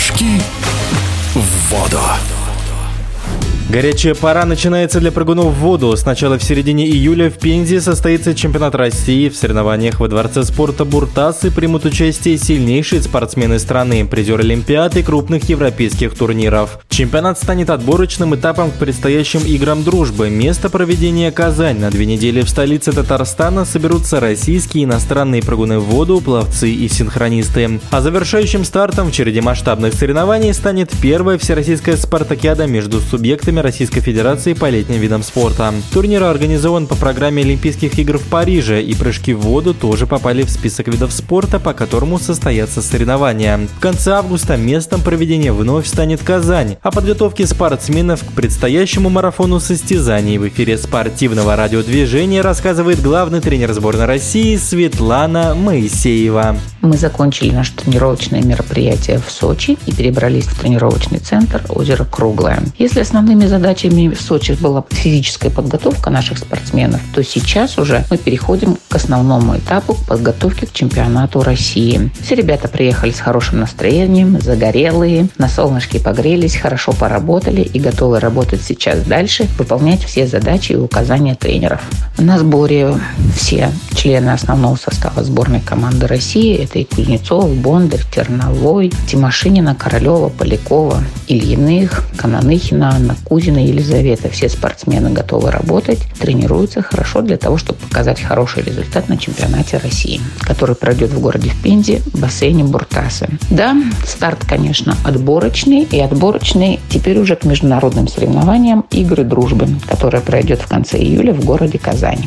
Прыжки в воду. Горячая пора начинается для прыгунов в воду. Сначала в середине июля в Пензе состоится чемпионат России. В соревнованиях во Дворце спорта «Буртасы» примут участие сильнейшие спортсмены страны, призеры Олимпиад и крупных европейских турниров. Чемпионат станет отборочным этапом к предстоящим играм дружбы. Место проведения – Казань. На 2 недели в столице Татарстана соберутся российские и иностранные прыгуны в воду, пловцы и синхронисты. А завершающим стартом в череде масштабных соревнований станет первая всероссийская спартакиада между субъектами Российской Федерации по летним видам спорта. Турнир организован по программе Олимпийских игр в Париже, и прыжки в воду тоже попали в список видов спорта, по которому состоятся соревнования. В конце августа местом проведения вновь станет Казань. О подготовке спортсменов к предстоящему марафону состязаний в эфире спортивного радиодвижения рассказывает главный тренер сборной России Светлана Моисеева. Мы закончили наше тренировочное мероприятие в Сочи и перебрались в тренировочный центр «Озеро Круглое». Если основными задачами в Сочи была физическая подготовка наших спортсменов, то сейчас уже мы переходим к основному этапу подготовки к чемпионату России. Все ребята приехали с хорошим настроением, загорелые, на солнышке погрелись, хорошо поработали и готовы работать сейчас дальше, выполнять все задачи и указания тренеров. На сборе все члены основного состава сборной команды России – это и Кузнецов, Бондарь, Терновой, Тимошинина, Королева, Полякова, Ильиных, Кананыхина, Анна Кузина, Елизавета. Все спортсмены готовы работать, тренируются хорошо для того, чтобы показать хороший результат на чемпионате России, который пройдет в городе в Пензе в бассейне Буртасы. Да, старт, конечно, отборочный, и отборочный теперь уже к международным соревнованиям «Игры дружбы», которая пройдет в конце июля в городе Казань.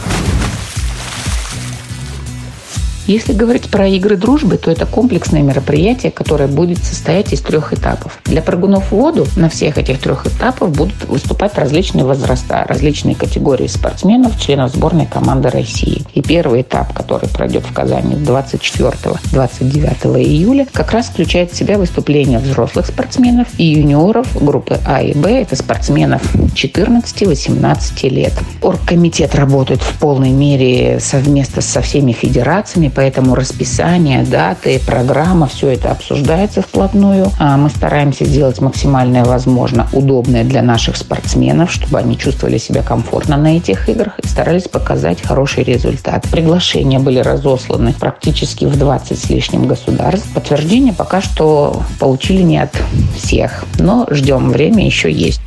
Если говорить про игры дружбы, то это комплексное мероприятие, которое будет состоять из 3 этапов. Для прыгунов в воду на всех этих 3 этапах будут выступать различные возраста, различные категории спортсменов, членов сборной команды России. И первый этап, который пройдет в Казани 24-29 июля, как раз включает в себя выступления взрослых спортсменов и юниоров группы А и Б. Это спортсменов 14-18 лет. Оргкомитет работает в полной мере совместно со всеми федерациями, поэтому расписание, даты, программа, все это обсуждается вплотную. Мы стараемся сделать максимально возможно удобное для наших спортсменов, чтобы они чувствовали себя комфортно на этих играх и старались показать хороший результат. Приглашения были разосланы практически в 20 с лишним государств. Подтверждение пока что получили не от всех, но ждем, время еще есть.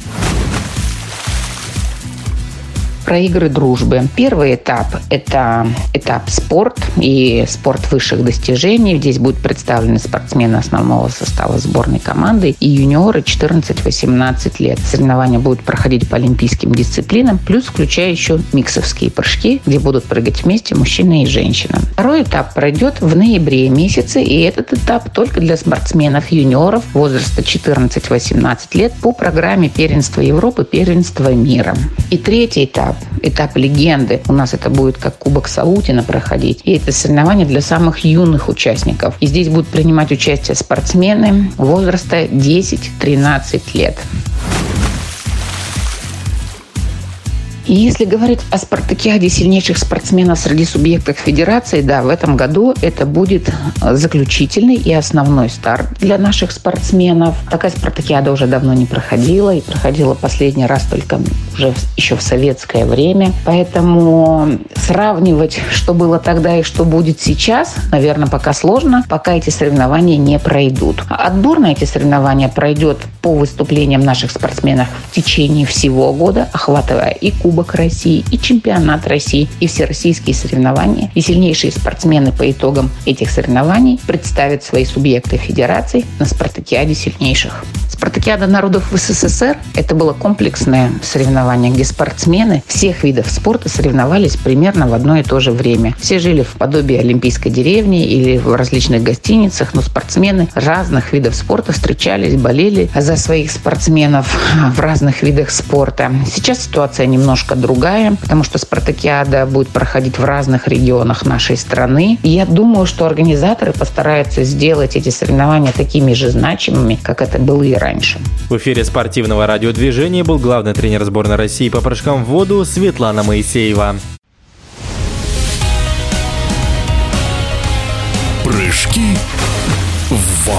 Про игры дружбы. Первый этап – это этап спорт и спорт высших достижений. Здесь будут представлены спортсмены основного состава сборной команды и юниоры 14-18 лет. Соревнования будут проходить по олимпийским дисциплинам, плюс включая еще миксовские прыжки, где будут прыгать вместе мужчина и женщина. Второй этап пройдет в ноябре месяце, и этот этап только для спортсменов-юниоров возраста 14-18 лет по программе первенства Европы, первенства мира. И третий этап легенды. У нас это будет как Кубок Саутина проходить. И это соревнование для самых юных участников. И здесь будут принимать участие спортсмены возраста 10-13 лет. И если говорить о спартакиаде сильнейших спортсменов среди субъектов федерации, да, в этом году это будет заключительный и основной старт для наших спортсменов. Такая спартакиада уже давно не проходила, и проходила последний раз только уже еще в советское время. Поэтому сравнивать, что было тогда и что будет сейчас, наверное, пока сложно, пока эти соревнования не пройдут. Отбор на эти соревнования пройдет по выступлениям наших спортсменов в течение всего года, охватывая и Кубок России, и чемпионат России, и всероссийские соревнования. И сильнейшие спортсмены по итогам этих соревнований представят свои субъекты федераций на спартакиаде сильнейших. Спартакиада народов в СССР – это было комплексное соревнование, где спортсмены всех видов спорта соревновались примерно в одно и то же время. Все жили в подобии олимпийской деревни или в различных гостиницах, но спортсмены разных видов спорта встречались, болели за своих спортсменов в разных видах спорта. Сейчас ситуация немножко другая, потому что спартакиада будет проходить в разных регионах нашей страны. И я думаю, что организаторы постараются сделать эти соревнования такими же значимыми, как это было и раньше. В эфире спортивного радиодвижения был главный тренер сборной России по прыжкам в воду Светлана Моисеева. Прыжки в воду.